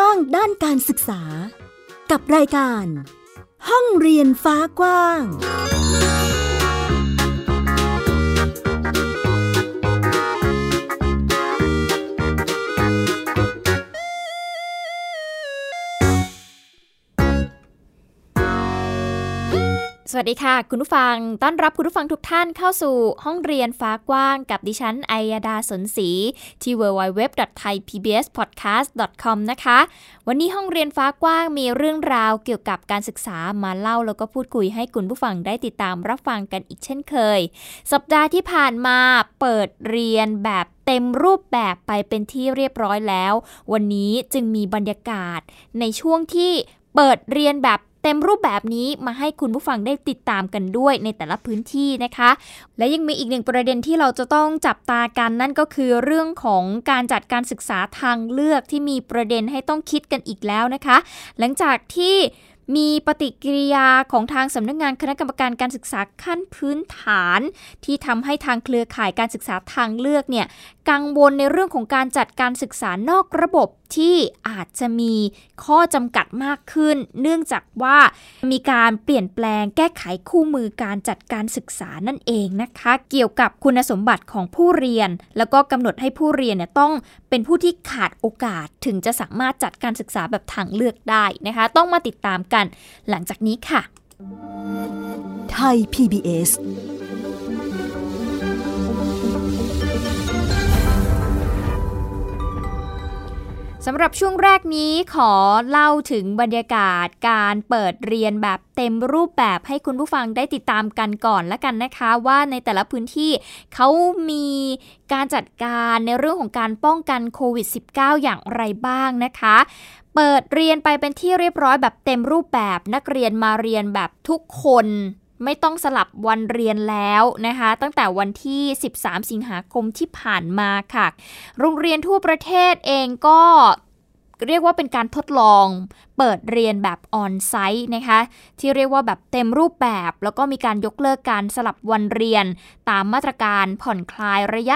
ว้างด้านการศึกษากับรายการห้องเรียนฟ้ากว้างสวัสดีค่ะคุณผู้ฟังต้อนรับคุณผู้ฟังทุกท่านเข้าสู่ห้องเรียนฟ้ากว้างกับดิฉันอัยดาสนศรีที่ www.thaipbspodcast.com นะคะวันนี้ห้องเรียนฟ้ากว้างมีเรื่องราวเกี่ยวกับการศึกษามาเล่าแล้วก็พูดคุยให้คุณผู้ฟังได้ติดตามรับฟังกันอีกเช่นเคยสัปดาห์ที่ผ่านมาเปิดเรียนแบบเต็มรูปแบบไปเป็นที่เรียบร้อยแล้ววันนี้จึงมีบรรยากาศในช่วงที่เปิดเรียนแบบเต็มรูปแบบนี้มาให้คุณผู้ฟังได้ติดตามกันด้วยในแต่ละพื้นที่นะคะและยังมีอีกหนึ่งประเด็นที่เราจะต้องจับตากันนั่นก็คือเรื่องของการจัดการศึกษาทางเลือกที่มีประเด็นให้ต้องคิดกันอีกแล้วนะคะหลังจากที่มีปฏิกิริยาของทางสำนักงานคณะกรรมการการศึกษาขั้นพื้นฐานที่ทำให้ทางเครือข่ายการศึกษาทางเลือกเนี่ยกังวลในเรื่องของการจัดการศึกษานอกระบบที่อาจจะมีข้อจำกัดมากขึ้นเนื่องจากว่ามีการเปลี่ยนแปลงแก้ไขคู่มือการจัดการศึกษานั่นเองนะคะเกี่ยวกับคุณสมบัติของผู้เรียนแล้วก็กำหนดให้ผู้เรียนเนี่ยต้องเป็นผู้ที่ขาดโอกาสถึงจะสามารถจัดการศึกษาแบบทางเลือกได้นะคะต้องมาติดตามกันหลังจากนี้ค่ะไทย PBS สำหรับช่วงแรกนี้ขอเล่าถึงบรรยากาศการเปิดเรียนแบบเต็มรูปแบบให้คุณผู้ฟังได้ติดตามกันก่อนละกันนะคะว่าในแต่ละพื้นที่เขามีการจัดการในเรื่องของการป้องกันโควิด -19 อย่างไรบ้างนะคะเปิดเรียนไปเป็นที่เรียบร้อยแบบเต็มรูปแบบนักเรียนมาเรียนแบบทุกคนไม่ต้องสลับวันเรียนแล้วนะคะตั้งแต่วันที่13สิงหาคมที่ผ่านมาค่ะโรงเรียนทั่วประเทศเองก็เรียกว่าเป็นการทดลองเปิดเรียนแบบออนไซต์นะคะที่เรียกว่าแบบเต็มรูปแบบแล้วก็มีการยกเลิกการสลับวันเรียนตามมาตรการผ่อนคลายระยะ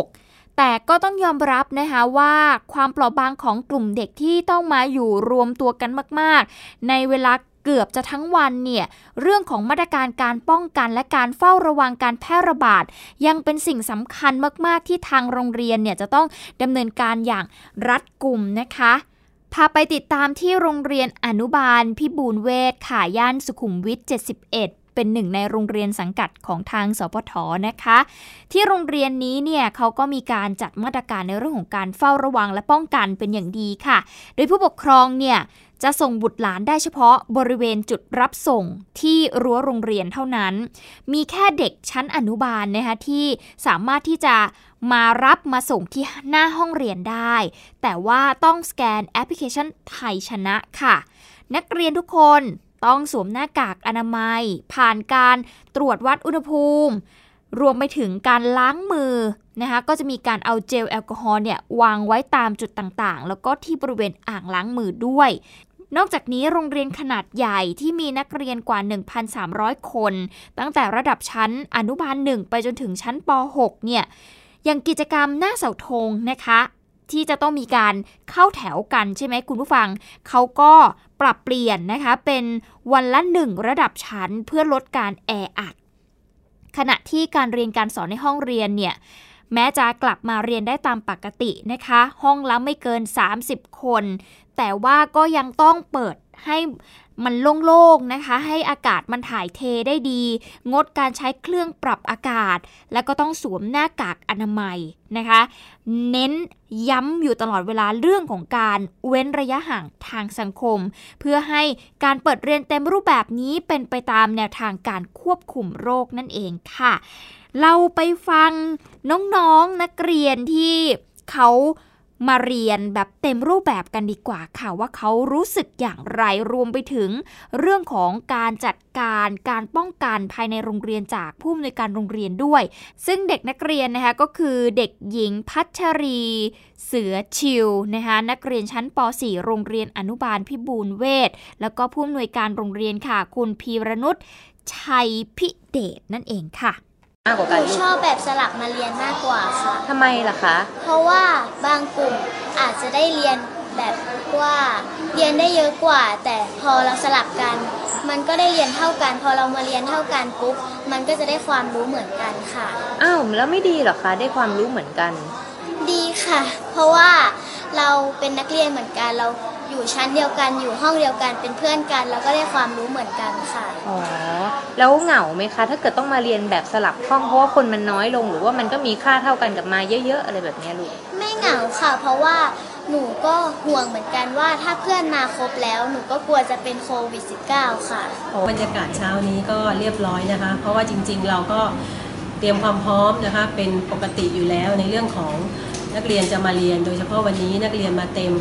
6แต่ก็ต้องยอมรับนะคะว่าความเปราะบางของกลุ่มเด็กที่ต้องมาอยู่รวมตัวกันมากๆในเวลาเกือบจะทั้งวันเนี่ยเรื่องของมาตรการการป้องกันและการเฝ้าระวังการแพร่ระบาดยังเป็นสิ่งสำคัญมากๆที่ทางโรงเรียนเนี่ยจะต้องดำเนินการอย่างรัดกุมนะคะพาไปติดตามที่โรงเรียนอนุบาลพิบูลเวชค่ะย่านสุขุมวิท71เป็นหนึ่งในโรงเรียนสังกัดของทางสปท.นะคะที่โรงเรียนนี้เนี่ยเขาก็มีการจัดมาตรการในเรื่องของการเฝ้าระวังและป้องกันเป็นอย่างดีค่ะโดยผู้ปกครองเนี่ยจะส่งบุตรหลานได้เฉพาะบริเวณจุดรับส่งที่รั้วโรงเรียนเท่านั้นมีแค่เด็กชั้นอนุบาลนะคะที่สามารถที่จะมารับมาส่งที่หน้าห้องเรียนได้แต่ว่าต้องสแกนแอปพลิเคชันไทยชนะค่ะนักเรียนทุกคนต้องสวมหน้ากากอนามัยผ่านการตรวจวัดอุณหภูมิรวมไปถึงการล้างมือนะคะก็จะมีการเอาเจลแอลกอฮอล์เนี่ยวางไว้ตามจุดต่างๆแล้วก็ที่บริเวณอ่างล้างมือด้วยนอกจากนี้โรงเรียนขนาดใหญ่ที่มีนักเรียนกว่า 1,300 คนตั้งแต่ระดับชั้นอนุบาล1ไปจนถึงชั้นป .6 เนี่ยอย่างกิจกรรมหน้าเสาธงนะคะที่จะต้องมีการเข้าแถวกันใช่ไหมคุณผู้ฟังเขาก็ปรับเปลี่ยนนะคะเป็นวันละ1ระดับชั้นเพื่อลดการแออัดขณะที่การเรียนการสอนในห้องเรียนเนี่ยแม้จะกลับมาเรียนได้ตามปกตินะคะห้องละไม่เกิน30คนแต่ว่าก็ยังต้องเปิดให้มันโล่งๆนะคะให้อากาศมันถ่ายเทได้ดีงดการใช้เครื่องปรับอากาศแล้วก็ต้องสวมหน้ากากอนามัยนะคะเน้นย้ำอยู่ตลอดเวลาเรื่องของการเว้นระยะห่างทางสังคมเพื่อให้การเปิดเรียนเต็มรูปแบบนี้เป็นไปตามแนวทางการควบคุมโรคนั่นเองค่ะเราไปฟังน้องๆนักเรียนที่เขามาเรียนแบบเต็มรูปแบบกันดีกว่าค่ะว่าเขารู้สึกอย่างไรรวมไปถึงเรื่องของการจัดการการป้องกันภายในโรงเรียนจากผู้อำนวยการโรงเรียนด้วยซึ่งเด็กนักเรียนนะคะก็คือเด็กหญิงพัชรีเสือชิวนะคะนักเรียนชั้นป .4 โรงเรียนอนุบาลพิบูลเวชแล้วก็ผู้อำนวยการโรงเรียนค่ะคุณพีรนุชชัยพิเดชนั่นเองค่ะมากกว่ากันหนูชอบแบบสลับมาเรียนมากกว่าค่ะทำไมล่ะคะเพราะว่าบางกลุ่มอาจจะได้เรียนแบบว่าเรียนได้เยอะกว่าแต่พอเราสลับกันมันก็ได้เรียนเท่ากันพอเรามาเรียนเท่ากันปุ๊บมันก็จะได้ความรู้เหมือนกันค่ะอ้าวแล้วไม่ดีหรอคะได้ความรู้เหมือนกันดีค่ะเพราะว่าเราเป็นนักเรียนเหมือนกันเราอยู่ชั้นเดียวกันอยู่ห้องเดียวกันเป็นเพื่อนกันแล้วก็ได้ความรู้เหมือนกันค่ะอ๋อแล้วเหงาไหมคะถ้าเกิดต้องมาเรียนแบบสลับห้องเพราะว่าคนมันน้อยลงหรือว่ามันก็มีค่าเท่ากันกับมาเยอะๆอะไรแบบนี้ลูกไม่เหงาค่ะเพราะว่าหนูก็ห่วงเหมือนกันว่าถ้าเพื่อนมาครบแล้วหนูก็กลัวจะเป็นโควิด -19 ค่ะบรรยากาศเช้านี้ก็เรียบร้อยนะคะเพราะว่าจริงๆเราก็เตรียมความพร้อมนะคะเป็นปกติอยู่แล้วในเรื่องของนักเรียนจะมาเรียนโดยเฉพาะวันนี้นักเรียนมาเต็ม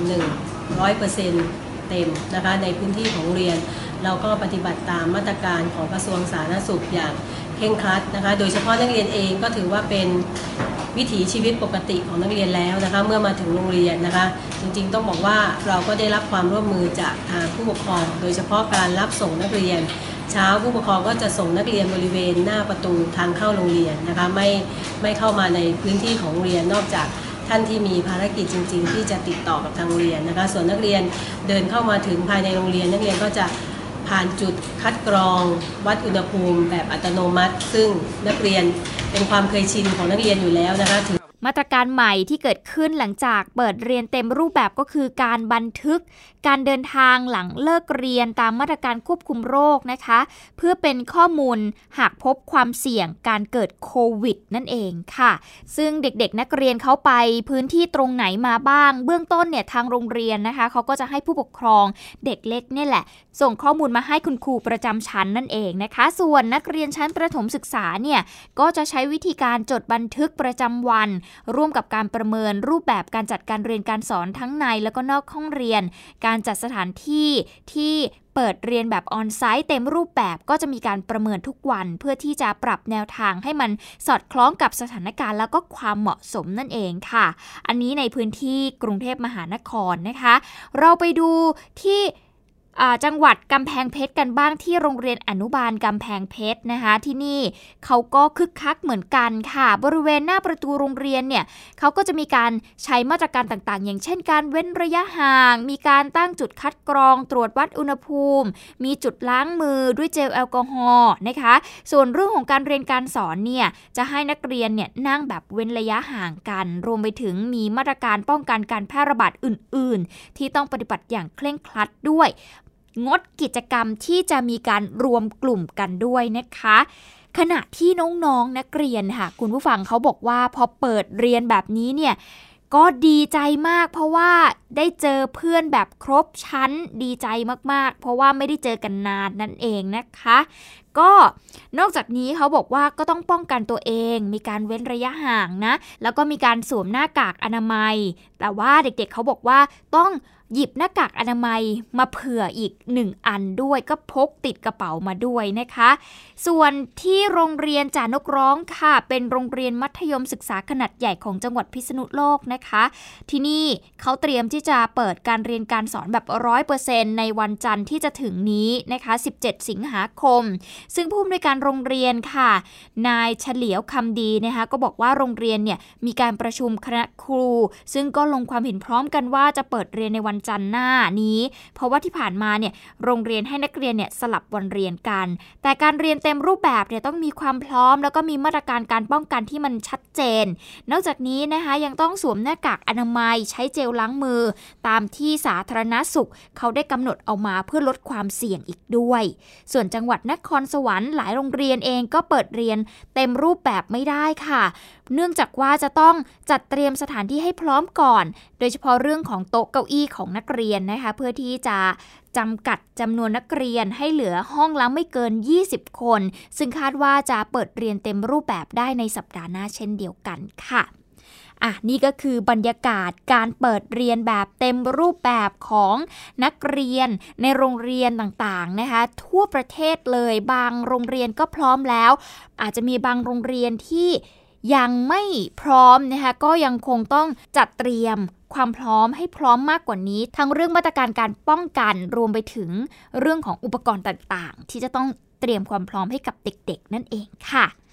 100% เต็มนะคะในพื้นที่ของโรงเรียนเราก็ปฏิบัติตามมาตรการของกระทรวงสาธารณสุขอย่างเคร่งครัดนะคะโดยเฉพาะนักเรียนเองก็ถือว่าเป็นวิถีชีวิตปกติของนักเรียนแล้วนะคะเมื่อมาถึงโรงเรียนนะคะจริงๆต้องบอกว่าเราก็ได้รับความร่วมมือจากทางผู้ปกครองโดยเฉพาะการรับส่งนักเรียนเช้าผู้ปกครองก็จะส่งนักเรียนบริเวณหน้าประตูทางเข้าโรงเรียนนะคะไม่เข้ามาในพื้นที่ของโรงเรียนนอกจากท่านที่มีภารกิจจริงๆที่จะติดต่อกับทางโรงเรียนนะคะส่วนนักเรียนเดินเข้ามาถึงภายในโรงเรียนนักเรียนก็จะผ่านจุดคัดกรองวัดอุณหภูมิแบบอัตโนมัติซึ่งนักเรียนเป็นความเคยชินของนักเรียนอยู่แล้วนะคะมาตรการใหม่ที่เกิดขึ้นหลังจากเปิดเรียนเต็มรูปแบบก็คือการบันทึกการเดินทางหลังเลิกเรียนตามมาตรการควบคุมโรคนะคะเพื่อเป็นข้อมูลหากพบความเสี่ยงการเกิดโควิดนั่นเองค่ะซึ่งเด็กๆนักเรียนเขาไปพื้นที่ตรงไหนมาบ้างเบื้องต้นเนี่ยทางโรงเรียนนะคะเขาก็จะให้ผู้ปกครองเด็กเล็กเนี่ยแหละส่งข้อมูลมาให้คุณครูประจำชั้นนั่นเองนะคะส่วนนักเรียนชั้นประถมศึกษาเนี่ยก็จะใช้วิธีการจดบันทึกประจำวันร่วมกับการประเมินรูปแบบการจัดการเรียนการสอนทั้งในแล้วก็นอกห้องเรียนการจัดสถานที่ที่เปิดเรียนแบบออนไซต์เต็มรูปแบบก็จะมีการประเมินทุกวันเพื่อที่จะปรับแนวทางให้มันสอดคล้องกับสถานการณ์แล้วก็ความเหมาะสมนั่นเองค่ะอันนี้ในพื้นที่กรุงเทพมหานครนะคะเราไปดูที่จังหวัดกำแพงเพชรกันบ้างที่โรงเรียนอนุบาลกำแพงเพชรนะคะที่นี่เขาก็คึกคักเหมือนกันค่ะบริเวณหน้าประตูโรงเรียนเนี่ยเขาก็จะมีการใช้มาตรการต่างๆอย่างเช่นการเว้นระยะห่างมีการตั้งจุดคัดกรองตรวจวัดอุณหภูมิมีจุดล้างมือด้วยเจลแอลกอฮอล์นะคะส่วนเรื่องของการเรียนการสอนเนี่ยจะให้นักเรียนเนี่ยนั่งแบบเว้นระยะห่างกันรวมไปถึงมีมาตรการป้องกันการแพร่ระบาดอื่นๆที่ต้องปฏิบัติอย่างเคร่งครัดด้วยงดกิจกรรมที่จะมีการรวมกลุ่มกันด้วยนะคะขณะที่น้องๆนักเรียนค่ะคุณผู้ฟังเขาบอกว่าพอเปิดเรียนแบบนี้เนี่ยก็ดีใจมากเพราะว่าได้เจอเพื่อนแบบครบชั้นดีใจมากๆเพราะว่าไม่ได้เจอกันนานนั่นเองนะคะก็นอกจากนี้เขาบอกว่าก็ต้องป้องกันตัวเองมีการเว้นระยะห่างนะแล้วก็มีการสวมหน้ากากอนามัยแต่ว่าเด็กๆเขาบอกว่าต้องหยิบหน้ากากอนามัยมาเผื่ออีก1อันด้วยก็พกติดกระเป๋ามาด้วยนะคะส่วนที่โรงเรียนจ่านกร้องค่ะเป็นโรงเรียนมัธยมศึกษาขนาดใหญ่ของจังหวัดพิษณุโลกนะคะที่นี่เขาเตรียมที่จะเปิดการเรียนการสอนแบบ 100% ในวันจันทร์ที่จะถึงนี้นะคะ17สิงหาคมซึ่งผู้อำนวยการโรงเรียนค่ะนายเฉลียวคำดีนะคะก็บอกว่าโรงเรียนเนี่ยมีการประชุมคณะครูซึ่งก็ลงความเห็นพร้อมกันว่าจะเปิดเรียนในวันจันทร์หน้านี้เพราะว่าที่ผ่านมาเนี่ยโรงเรียนให้นักเรียนเนี่ยสลับวันเรียนกันแต่การเรียนเต็มรูปแบบเนี่ยต้องมีความพร้อมแล้วก็มีมาตรการการป้องกันที่มันชัดเจนนอกจากนี้นะคะยังต้องสวมหน้ากากอนามัยใช้เจลล้างมือตามที่สาธารณสุขเขาได้กำหนดเอามาเพื่อลดความเสี่ยงอีกด้วยส่วนจังหวัดนครสวรรค์หลายโรงเรียนเองก็เปิดเรียนเต็มรูปแบบไม่ได้ค่ะเนื่องจากว่าจะต้องจัดเตรียมสถานที่ให้พร้อมก่อนโดยเฉพาะเรื่องของโต๊ะเก้าอี้ของนักเรียนนะคะเพื่อที่จะจำกัดจำนวนนักเรียนให้เหลือห้องละไม่เกิน20คนซึ่งคาดว่าจะเปิดเรียนเต็มรูปแบบได้ในสัปดาห์หน้าเช่นเดียวกันค่ะนี่ก็คือบรรยากาศการเปิดเรียนแบบเต็มรูปแบบของนักเรียนในโรงเรียนต่างๆนะคะทั่วประเทศเลยบางโรงเรียนก็พร้อมแล้วอาจจะมีบางโรงเรียนที่ยังไม่พร้อมนะคะก็ยังคงต้องจัดเตรียมความพร้อมให้พร้อมมากกว่านี้ทั้งเรื่องมาตรการการป้องกันรวมไปถึงเรื่องของอุปกรณ์ต่างๆที่จะต้องเตรียมความพร้อมให้กับเด็กๆนั่นเองค่ะ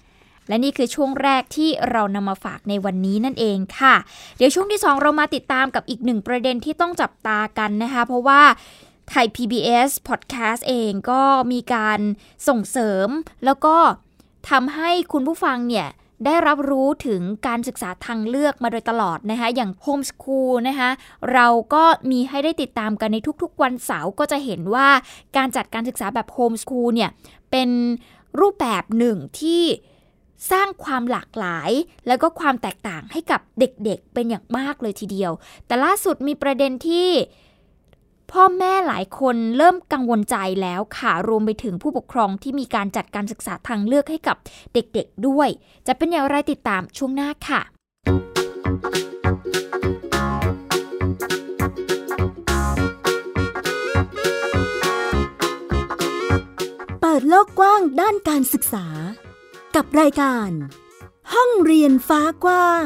และนี่คือช่วงแรกที่เรานำมาฝากในวันนี้นั่นเองค่ะเดี๋ยวช่วงที่2เรามาติดตามกับอีกหนึ่งประเด็นที่ต้องจับตากันนะคะเพราะว่าไทย PBS Podcast เองก็มีการส่งเสริมแล้วก็ทำให้คุณผู้ฟังเนี่ยได้รับรู้ถึงการศึกษาทางเลือกมาโดยตลอดนะคะอย่างโฮมสคูลนะคะเราก็มีให้ได้ติดตามกันในทุกๆวันเสาร์ก็จะเห็นว่าการจัดการศึกษาแบบโฮมสคูลเนี่ยเป็นรูปแบบหนึ่งที่สร้างความหลากหลายแล้วก็ความแตกต่างให้กับเด็กๆเป็นอย่างมากเลยทีเดียวแต่ล่าสุดมีประเด็นที่พ่อแม่หลายคนเริ่มกังวลใจแล้วค่ะรวมไปถึงผู้ปกครองที่มีการจัดการศึกษาทางเลือกให้กับเด็กๆด้วยจะเป็นอย่างไรติดตามช่วงหน้าค่ะเปิดโลกกว้างด้านการศึกษากับรายการห้องเรียนฟ้ากว้าง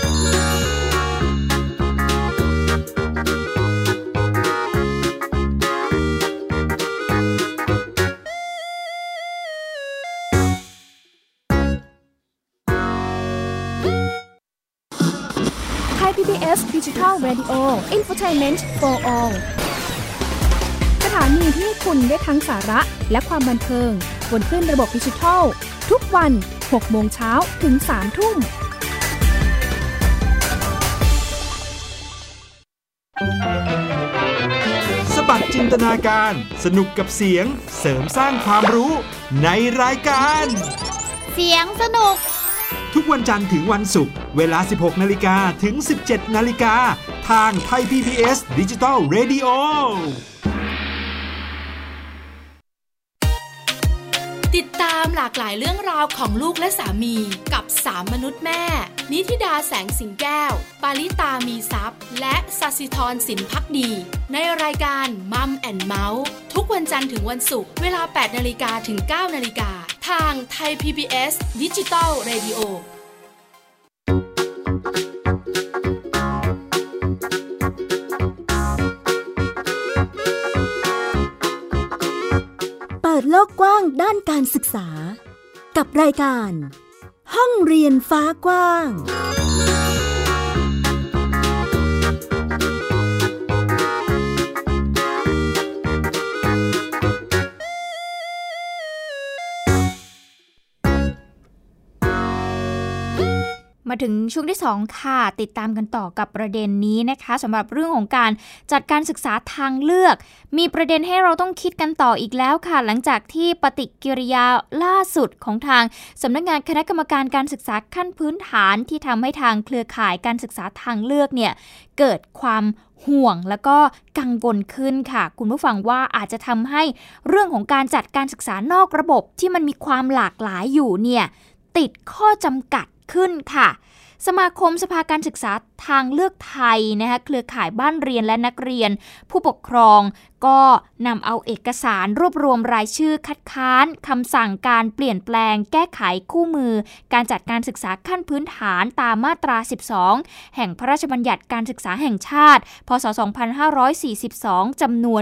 PBS Digital Radio Infotainment for All สถานีที่คุณได้ทั้งสาระและความบันเทิงบนคลื่นระบบดิจิทัลทุกวัน 6 โมงเช้าถึง 3 ทุ่มสบัดจินตนาการสนุกกับเสียงเสริมสร้างความรู้ในรายการเสียงสนุกทุกวันจันทร์ถึงวันศุกร์เวลา 16:00 นถึง 17:00 นทางไทย PBS Digital Radio ติดตามหลากหลายเรื่องราวของลูกและสามีกับ3มนุษย์แม่นิธิดาแสงสิงแก้วปาริตามีทรัพย์และศศิธรสินภักดีในรายการมัมแอนด์เมาส์ทุกวันจันทร์ถึงวันศุกร์เวลา 8:00 นถึง 9:00 นทางไทย PBS Digital Radio เปิดโลกกว้างด้านการศึกษากับรายการห้องเรียนฟ้ากว้างมาถึงช่วงที่2ค่ะติดตามกันต่อกับประเด็นนี้นะคะสำหรับเรื่องของการจัดการศึกษาทางเลือกมีประเด็นให้เราต้องคิดกันต่ออีกแล้วค่ะหลังจากที่ปฏิกิริยาล่าสุดของทางสำนักงานคณะกรรมการการศึกษาขั้นพื้นฐานที่ทำให้ทางเครือข่ายการศึกษาทางเลือกเนี่ยเกิดความห่วงแล้วก็กังวลขึ้นค่ะคุณผู้ฟังว่าอาจจะทำให้เรื่องของการจัดการศึกษานอกระบบที่มันมีความหลากหลายอยู่เนี่ยติดข้อจำกัดขึ้นค่ะสมาคมสภาการศึกษาทางเลือกไทยนะคะเครือข่ายบ้านเรียนและนักเรียนผู้ปกครองก็นำเอาเอกสารรวบรวมรายชื่อคัดค้านคำสั่งการเปลี่ยนแปลงแก้ไขคู่มือการจัดการศึกษาขั้นพื้นฐานตามมาตรา 12 แห่งพระราชบัญญัติการศึกษาแห่งชาติพ.ศ. 2542 จำนวน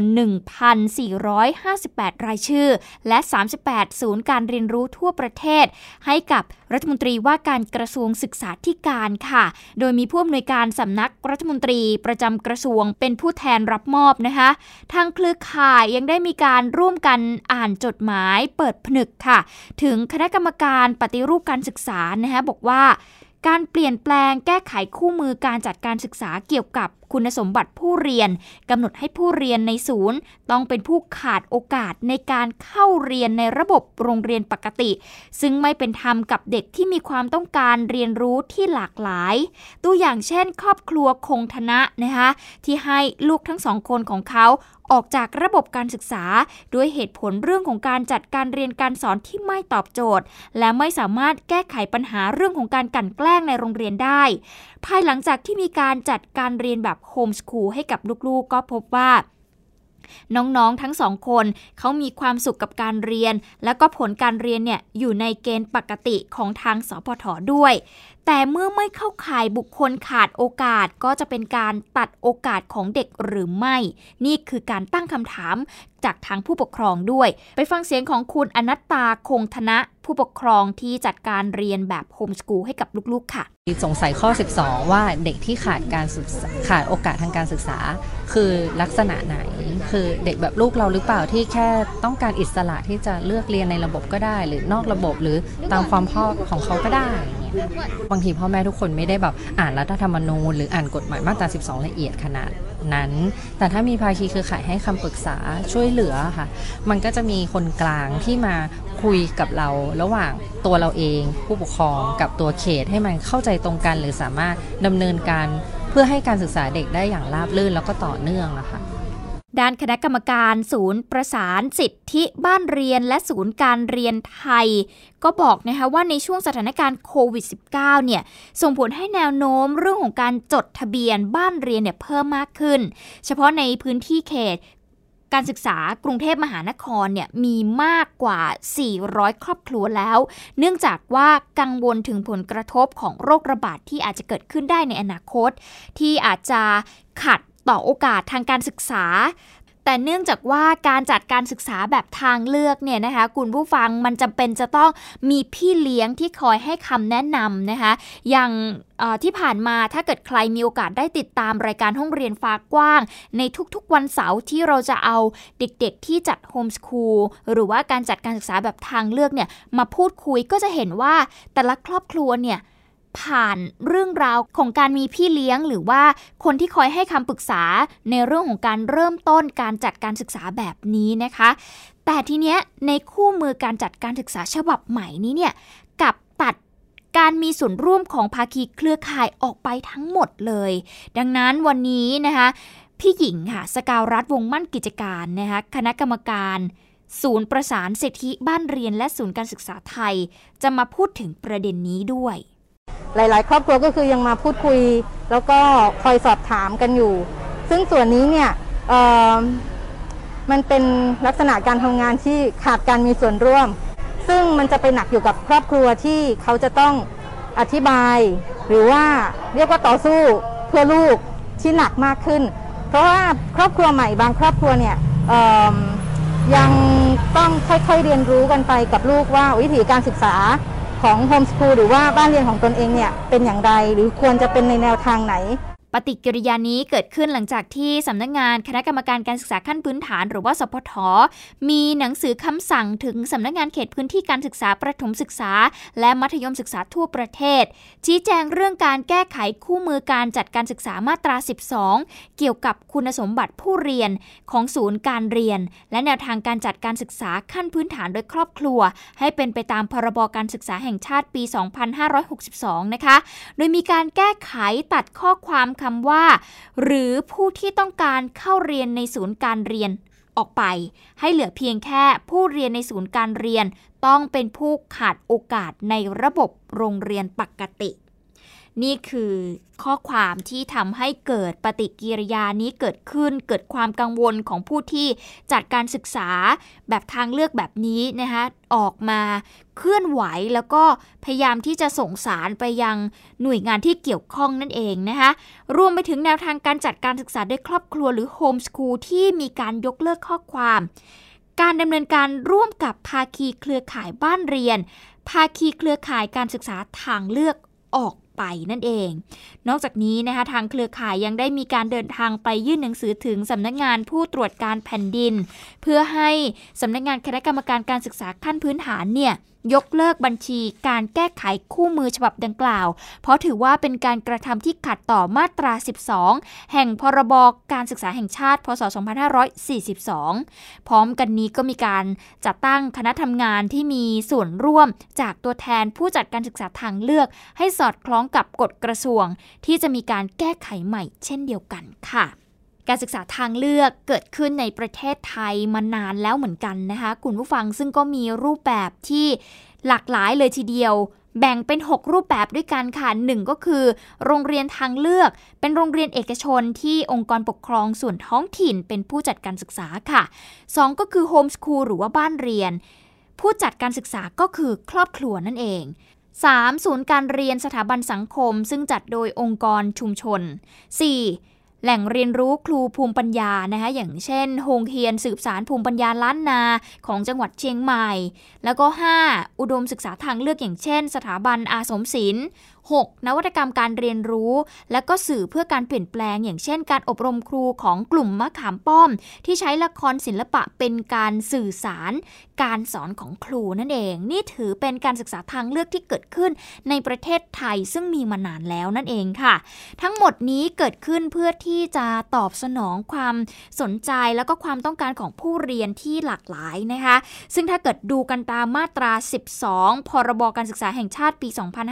1,458 รายชื่อและ38ศูนย์การเรียนรู้ทั่วประเทศให้กับรัฐมนตรีว่าการกระทรวงศึกษาธิการค่ะโดยมีผู้อำนวยการสำนักรัฐมนตรีประจำกระทรวงเป็นผู้แทนรับมอบนะคะทางเครือข่ายยังได้มีการร่วมกันอ่านจดหมายเปิดผนึกค่ะถึงคณะกรรมการปฏิรูปการศึกษานะคะบอกว่าการเปลี่ยนแปลงแก้ไขคู่มือการจัดการศึกษาเกี่ยวกับคุณสมบัติผู้เรียนกำหนดให้ผู้เรียนในศูนย์ต้องเป็นผู้ขาดโอกาสในการเข้าเรียนในระบบโรงเรียนปกติซึ่งไม่เป็นธรรมกับเด็กที่มีความต้องการเรียนรู้ที่หลากหลายตัวอย่างเช่นครอบครัวคงธนะนะคะที่ให้ลูกทั้งสองคนของเขาออกจากระบบการศึกษาด้วยเหตุผลเรื่องของการจัดการเรียนการสอนที่ไม่ตอบโจทย์และไม่สามารถแก้ไขปัญหาเรื่องของการกลั่นแกล้งในโรงเรียนได้ภายหลังจากที่มีการจัดการเรียนแบบโฮมสคูลให้กับลูกๆก็พบว่าน้องๆทั้ง2คนเขามีความสุขกับการเรียนแล้วก็ผลการเรียนเนี่ยอยู่ในเกณฑ์ปกติของทางสพท.ด้วยแต่เมื่อไม่เข้าข่ายบุคคลขาดโอกาสก็จะเป็นการตัดโอกาสของเด็กหรือไม่นี่คือการตั้งคำถามจากทางผู้ปกครองด้วยไปฟังเสียงของคุณอนัตตาคงธนะผู้ปกครองที่จัดการเรียนแบบโฮมสคูลให้กับลูกๆค่ะสงสัยข้อ12ว่าเด็กที่ขาดโอกาสทางการศึกษาคือลักษณะไหนคือเด็กแบบลูกเราหรือเปล่าที่แค่ต้องการอิสระที่จะเลือกเรียนในระบบก็ได้หรือนอกระบบหรือตามความชอบของเขาก็ได้บางทีพ่อแม่ทุกคนไม่ได้แบบอ่านรัฐธรรมนูญหรืออ่านกฎหมายมาตรา12ละเอียดขนาดนั้นแต่ถ้ามีภาคีเครือข่ายให้คำปรึกษาช่วยเหลือค่ะมันก็จะมีคนกลางที่มาคุยกับเราระหว่างตัวเราเองผู้ปกครองกับตัวเขตให้มันเข้าใจตรงกันหรือสามารถดำเนินการเพื่อให้การศึกษาเด็กได้อย่างราบรื่นแล้วก็ต่อเนื่องนะคะด้านคณะกรรมการศูนย์ประสานสิทธิบ้านเรียนและศูนย์การเรียนไทยก็บอกนะคะว่าในช่วงสถานการณ์โควิด -19 เนี่ยส่งผลให้แนวโน้มเรื่องของการจดทะเบียนบ้านเรียนเนี่ยเพิ่มมากขึ้นเฉพาะในพื้นที่เขตการศึกษากรุงเทพมหานครเนี่ยมีมากกว่า400ครอบครัวแล้วเนื่องจากว่ากังวลถึงผลกระทบของโรคระบาดที่อาจจะเกิดขึ้นได้ในอนาคตที่อาจจะขัดต่อโอกาสทางการศึกษาแต่เนื่องจากว่าการจัดการศึกษาแบบทางเลือกเนี่ยนะคะคุณผู้ฟังมันจำเป็นจะต้องมีพี่เลี้ยงที่คอยให้คำแนะนำนะคะอย่างที่ผ่านมาถ้าเกิดใครมีโอกาสได้ติดตามรายการห้องเรียนฟ้ากว้างในทุกๆวันเสาร์ที่เราจะเอาเด็กๆที่จัดโฮมสคูลหรือว่าการจัดการศึกษาแบบทางเลือกเนี่ยมาพูดคุยก็จะเห็นว่าแต่ละครอบครัวเนี่ยผ่านเรื่องราวของการมีพี่เลี้ยงหรือว่าคนที่คอยให้คำปรึกษาในเรื่องของการเริ่มต้นการจัดการศึกษาแบบนี้นะคะแต่ทีเนี้ยในคู่มือการจัดการศึกษาฉบับใหม่นี้เนี่ยกับตัดการมีส่วนร่วมของภาคีเครือข่ายออกไปทั้งหมดเลยดังนั้นวันนี้นะคะพี่หญิงค่ะสกาวรัตน์วงมั่นกิจการนะคะคณะกรรมการศูนย์ประสานสิทธิบ้านเรียนและศูนย์การศึกษาไทยจะมาพูดถึงประเด็นนี้ด้วยหลายๆครอบครัวก็คือยังมาพูดคุยแล้วก็คอยสอบถามกันอยู่ซึ่งส่วนนี้เนี่ยมันเป็นลักษณะการทำงานที่ขาดการมีส่วนร่วมซึ่งมันจะไปหนักอยู่กับครอบครัวที่เขาจะต้องอธิบายหรือว่าเรียกว่าต่อสู้เพื่อลูกที่หนักมากขึ้นเพราะว่าครอบครัวใหม่บางครอบครัวเนี่ยยังต้องค่อยๆเรียนรู้กันไปกับลูกว่าวิธีการศึกษาของโฮมสคูลหรือว่าบ้านเรียนของตนเองเนี่ยเป็นอย่างไรหรือควรจะเป็นในแนวทางไหนปฏิกิริยานี้เกิดขึ้นหลังจากที่สำนักงานคณะกรรมการการศึกษาขั้นพื้นฐานหรือว่าสพท.มีหนังสือคำสั่งถึงสำนักงานเขตพื้นที่การศึกษาประถมศึกษาและมัธยมศึกษาทั่วประเทศชี้แจงเรื่องการแก้ไขคู่มือการจัดการศึกษามาตรา 12 เกี่ยวกับคุณสมบัติผู้เรียนของศูนย์การเรียนและแนวทางการจัดการศึกษาขั้นพื้นฐานโดยครอบครัวให้เป็นไปตามพรบการศึกษาแห่งชาติปี 2562 นะคะโดยมีการแก้ไขตัดข้อความคำว่าหรือผู้ที่ต้องการเข้าเรียนในศูนย์การเรียนออกไปให้เหลือเพียงแค่ผู้เรียนในศูนย์การเรียนต้องเป็นผู้ขาดโอกาสในระบบโรงเรียนปกตินี่คือข้อความที่ทำให้เกิดปฏิกิริยานี้เกิดขึ้นเกิดความกังวลของผู้ที่จัดการศึกษาแบบทางเลือกแบบนี้นะคะออกมาเคลื่อนไหวแล้วก็พยายามที่จะส่งสารไปยังหน่วยงานที่เกี่ยวข้องนั่นเองนะคะรวมไปถึงแนวทางการจัดการศึกษาโดยครอบครัวหรือโฮมสคูลที่มีการยกเลิกข้อความการดำเนินการร่วมกับภาคีเครือข่ายบ้านเรียนภาคีเครือข่ายการศึกษาทางเลือกออกไปนั่นเองนอกจากนี้นะคะทางเครือข่ายยังได้มีการเดินทางไปยื่นหนังสือถึงสำนักงานผู้ตรวจการแผ่นดินเพื่อให้สำนักงานคณะกรรมการการศึกษาขั้นพื้นฐานเนี่ยยกเลิกบัญชีการแก้ไขคู่มือฉบับดังกล่าวเพราะถือว่าเป็นการกระทำที่ขัดต่อมาตรา 12 แห่งพรบการศึกษาแห่งชาติพ.ศ. 2542 พร้อมกันนี้ก็มีการจัดตั้งคณะทำงานที่มีส่วนร่วมจากตัวแทนผู้จัดการศึกษาทางเลือกให้สอดคล้องกับกฎกระทรวงที่จะมีการแก้ไขใหม่เช่นเดียวกันค่ะการศึกษาทางเลือกเกิดขึ้นในประเทศไทยมานานแล้วเหมือนกันนะคะคุณผู้ฟังซึ่งก็มีรูปแบบที่หลากหลายเลยทีเดียวแบ่งเป็น6รูปแบบด้วยกันค่ะ1ก็คือโรงเรียนทางเลือกเป็นโรงเรียนเอกชนที่องค์กรปกครองส่วนท้องถิ่นเป็นผู้จัดการศึกษาค่ะ2ก็คือโฮมสคูลหรือว่าบ้านเรียนผู้จัดการศึกษาก็คือครอบครัวนั่นเอง3ศูนย์การเรียนสถาบันสังคมซึ่งจัดโดยองค์กรชุมชน4แหล่งเรียนรู้ครูภูมิปัญญานะคะอย่างเช่นโรงเรียนสืบสารภูมิปัญญาล้านนาของจังหวัดเชียงใหม่แล้วก็5อุดมศึกษาทางเลือกอย่างเช่นสถาบันอาสมศิลป์6นวัตกรรมการเรียนรู้และก็สื่อเพื่อการเปลี่ยนแปลงอย่างเช่นการอบรมครูของกลุ่มมะขามป้อมที่ใช้ละครศิลปะเป็นการสื่อสารการสอนของครูนั่นเองนี่ถือเป็นการศึกษาทางเลือกที่เกิดขึ้นในประเทศไทยซึ่งมีมานานแล้วนั่นเองค่ะทั้งหมดนี้เกิดขึ้นเพื่อที่จะตอบสนองความสนใจแล้วก็ความต้องการของผู้เรียนที่หลากหลายนะคะซึ่งถ้าเกิดดูกันตามมาตรา12พรบการศึกษาแห่งชาติปี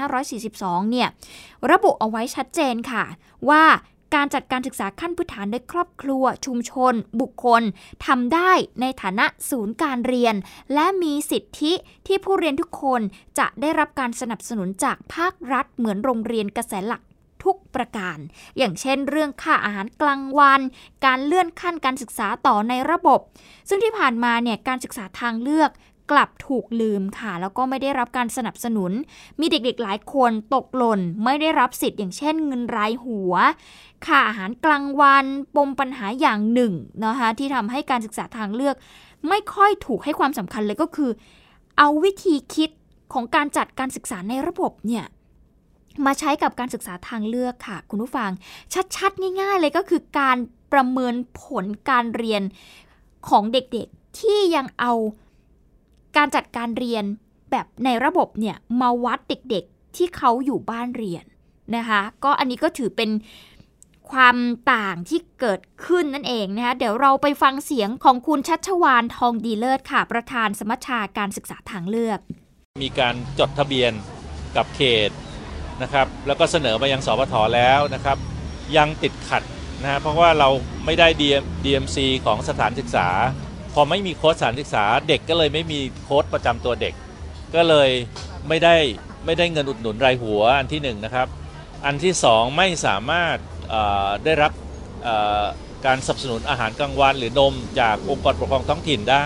2542เนี่ยระบุเอาไว้ชัดเจนค่ะว่าการจัดการศึกษาขั้นพื้นฐานโดยครอบครัวชุมชนบุคคลทำได้ในฐานะศูนย์การเรียนและมีสิทธิที่ผู้เรียนทุกคนจะได้รับการสนับสนุนจากภาครัฐเหมือนโรงเรียนกระแสหลักทุกประการอย่างเช่นเรื่องค่าอาหารกลางวันการเลื่อนขั้นการศึกษาต่อในระบบซึ่งที่ผ่านมาเนี่ยการศึกษาทางเลือกกลับถูกลืมค่ะแล้วก็ไม่ได้รับการสนับสนุนมีเด็กๆหลายคนตกหล่นไม่ได้รับสิทธิ์อย่างเช่นเงินรายหัวค่าอาหารกลางวันปมปัญหาอย่างหนึ่งนะคะที่ทำให้การศึกษาทางเลือกไม่ค่อยถูกให้ความสำคัญเลยก็คือเอาวิธีคิดของการจัดการศึกษาในระบบเนี่ยมาใช้กับการศึกษาทางเลือกค่ะคุณผู้ฟังชัดๆง่ายๆเลยก็คือการประเมินผลการเรียนของเด็กๆที่ยังเอาการจัดการเรียนแบบในระบบเนี่ยมาวัดเด็กๆที่เขาอยู่บ้านเรียนนะคะก็อันนี้ก็ถือเป็นความต่างที่เกิดขึ้นนั่นเองนะคะเดี๋ยวเราไปฟังเสียงของคุณชัชวาลทองดีเลิศค่ะประธานสมัชชาการศึกษาทางเลือกมีการจดทะเบียนกับเขตนะครับแล้วก็เสนอมายังสปท.แล้วนะครับยังติดขัดนะเพราะว่าเราไม่ได้ DMC ของสถานศึกษาพอไม่มีโค้ชสถานศึกษาเด็กก็เลยไม่มีโค้ชประจำตัวเด็กก็เลยไม่ได้เงินอุดหนุนรายหัวอันที่1นะครับอันที่2ไม่สามารถได้รับการสนับสนุนอาหารกลางวันหรือนมจากองค์กรปกครองท้องถิ่นได้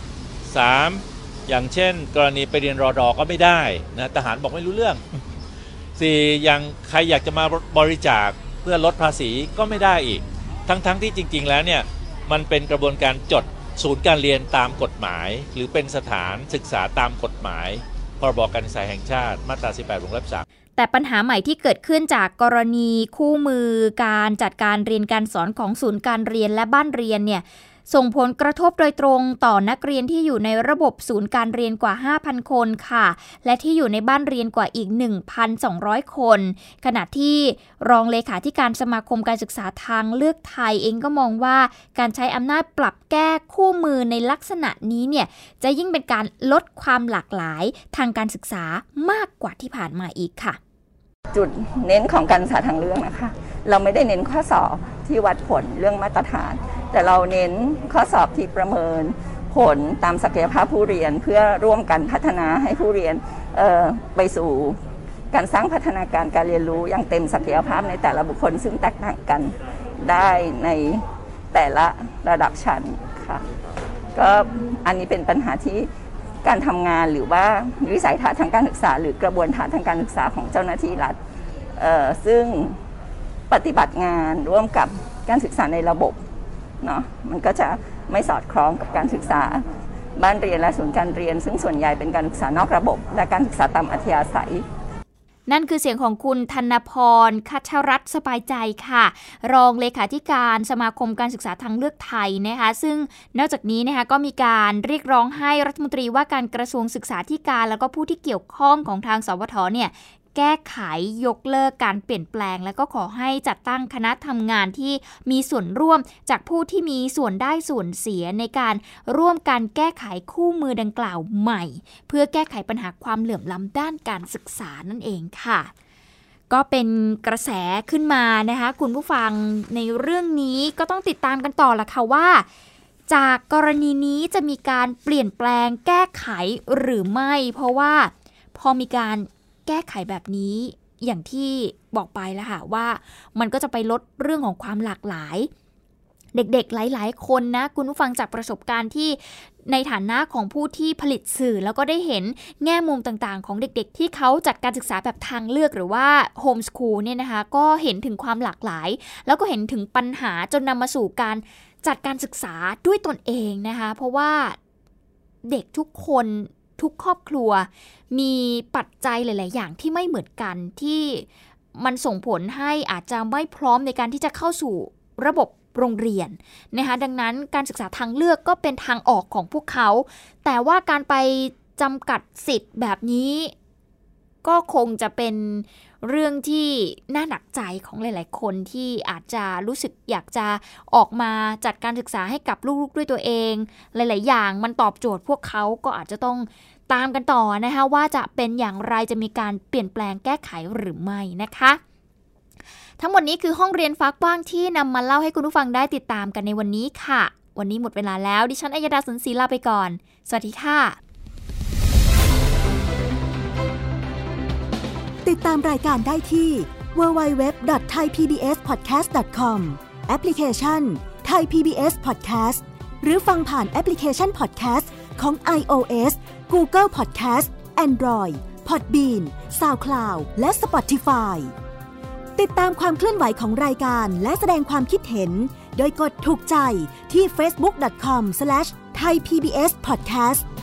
3อย่างเช่นกรณีไปเรียนรอดอก็ไม่ได้นะทหารบอกไม่รู้เรื่อง4อย่างใครอยากจะมาบริจาคเพื่อลดภาษีก็ไม่ได้อีกทั้งที่จริงๆแล้วเนี่ยมันเป็นกระบวนการจดศูนย์การเรียนตามกฎหมายหรือเป็นสถานศึกษาตามกฎหมายพรบการศึกษาแห่งชาติมาตรา18 วงเล็บ 3 แต่ปัญหาใหม่ที่เกิดขึ้นจากกรณีคู่มือการจัดการเรียนการสอนของศูนย์การเรียนและบ้านเรียนเนี่ยส่งผลกระทบโดยตรงต่อนักเรียนที่อยู่ในระบบศูนย์การเรียนกว่า 5,000 คนค่ะและที่อยู่ในบ้านเรียนกว่าอีก 1,200 คนขณะที่รองเลขาธิการสมาคมการศึกษาทางเลือกไทยเองก็มองว่าการใช้อำนาจปรับแก้คู่มือในลักษณะนี้เนี่ยจะยิ่งเป็นการลดความหลากหลายทางการศึกษามากกว่าที่ผ่านมาอีกค่ะจุดเน้นของการศึกษาทางเลือกนะคะเราไม่ได้เน้นข้อสอบที่วัดผลเรื่องมาตรฐานแต่เราเน้นข้อสอบที่ประเมินผลตามศักยภาพผู้เรียนเพื่อร่วมกันพัฒนาให้ผู้เรียนไปสู่การสร้างพัฒนาการการเรียนรู้อย่างเต็มศักยภาพในแต่ละบุคคลซึ่งแตกต่างกันได้ในแต่ละระดับชั้นค่ะก็อันนี้เป็นปัญหาที่การทำงานหรือว่าวิสัยทัศน์ทางการศึกษาหรือกระบวนการทางการศึกษาของเจ้าหน้าที่รัฐซึ่งปฏิบัติงานร่วมกับการศึกษาในระบบเนาะมันก็จะไม่สอดคล้องกับการศึกษาบ้านเรียนและศูนย์การเรียนซึ่งส่วนใหญ่เป็นการศึกษานอกระบบและการศึกษาตามอัธยาศัยนั่นคือเสียงของคุณธนพร คัชรัตน์สบายใจค่ะรองเลขาธิการสมาคมการศึกษาทางเลือกไทยนะคะซึ่งนอกจากนี้นะคะก็มีการเรียกร้องให้รัฐมนตรีว่าการกระทรวงศึกษาธิการแล้วก็ผู้ที่เกี่ยวข้องของทางสวทเนี่ยแก้ไขยกเลิกการเปลี่ยนแปลงแล้วก็ขอให้จัดตั้งคณะทำงานที่มีส่วนร่วมจากผู้ที่มีส่วนได้ส่วนเสียในการร่วมกันแก้ไขคู่มือดังกล่าวใหม่เพื่อแก้ไขปัญหาความเหลื่อมล้ำด้านการศึกษานั่นเองค่ะก็เป็นกระแสขึ้นมานะคะคุณผู้ฟังในเรื่องนี้ก็ต้องติดตามกันต่อละค่ะว่าจากกรณีนี้จะมีการเปลี่ยนแปลงแก้ไขหรือไม่เพราะว่าพอมีการแก้ไขแบบนี้อย่างที่บอกไปแล้วค่ะว่ามันก็จะไปลดเรื่องของความหลากหลายเด็กๆหลายๆคนนะคุณผู้ฟังจากประสบการณ์ที่ในฐานะของผู้ที่ผลิตสื่อแล้วก็ได้เห็นแง่มุมต่างๆของเด็กๆที่เขาจัดการศึกษาแบบทางเลือกหรือว่าโฮมสคูลเนี่ยนะคะก็เห็นถึงความหลากหลายแล้วก็เห็นถึงปัญหาจนนำมาสู่การจัดการศึกษาด้วยตนเองนะคะเพราะว่าเด็กทุกคนทุกครอบครัวมีปัจจัยหลายๆอย่างที่ไม่เหมือนกันที่มันส่งผลให้อาจจะไม่พร้อมในการที่จะเข้าสู่ระบบโรงเรียนนะคะดังนั้นการศึกษาทางเลือกก็เป็นทางออกของพวกเขาแต่ว่าการไปจำกัดสิทธิ์แบบนี้ก็คงจะเป็นเรื่องที่น่าหนักใจของหลายๆคนที่อาจจะรู้สึกอยากจะออกมาจัดการศึกษาให้กับลูกๆด้วยตัวเองหลายๆอย่างมันตอบโจทย์พวกเขาก็อาจจะต้องตามกันต่อนะคะว่าจะเป็นอย่างไรจะมีการเปลี่ยนแปลงแก้ไขหรือไม่นะคะทั้งหมดนี้คือห้องเรียนฟ้ากว้างที่นำมาเล่าให้คุณผู้ฟังได้ติดตามกันในวันนี้ค่ะวันนี้หมดเวลาแล้วดิฉันอัยดาสุนทรีลาไปก่อนสวัสดีค่ะติดตามรายการได้ที่ www.thaipbspodcast.com แอปพลิเคชัน Thai PBS Podcast หรือฟังผ่านแอปพลิเคชัน Podcast ของ iOS Google Podcast Android Podbean SoundCloud และ Spotifyติดตามความเคลื่อนไหวของรายการและแสดงความคิดเห็นโดยกดถูกใจที่ facebook.com/thaipbspodcast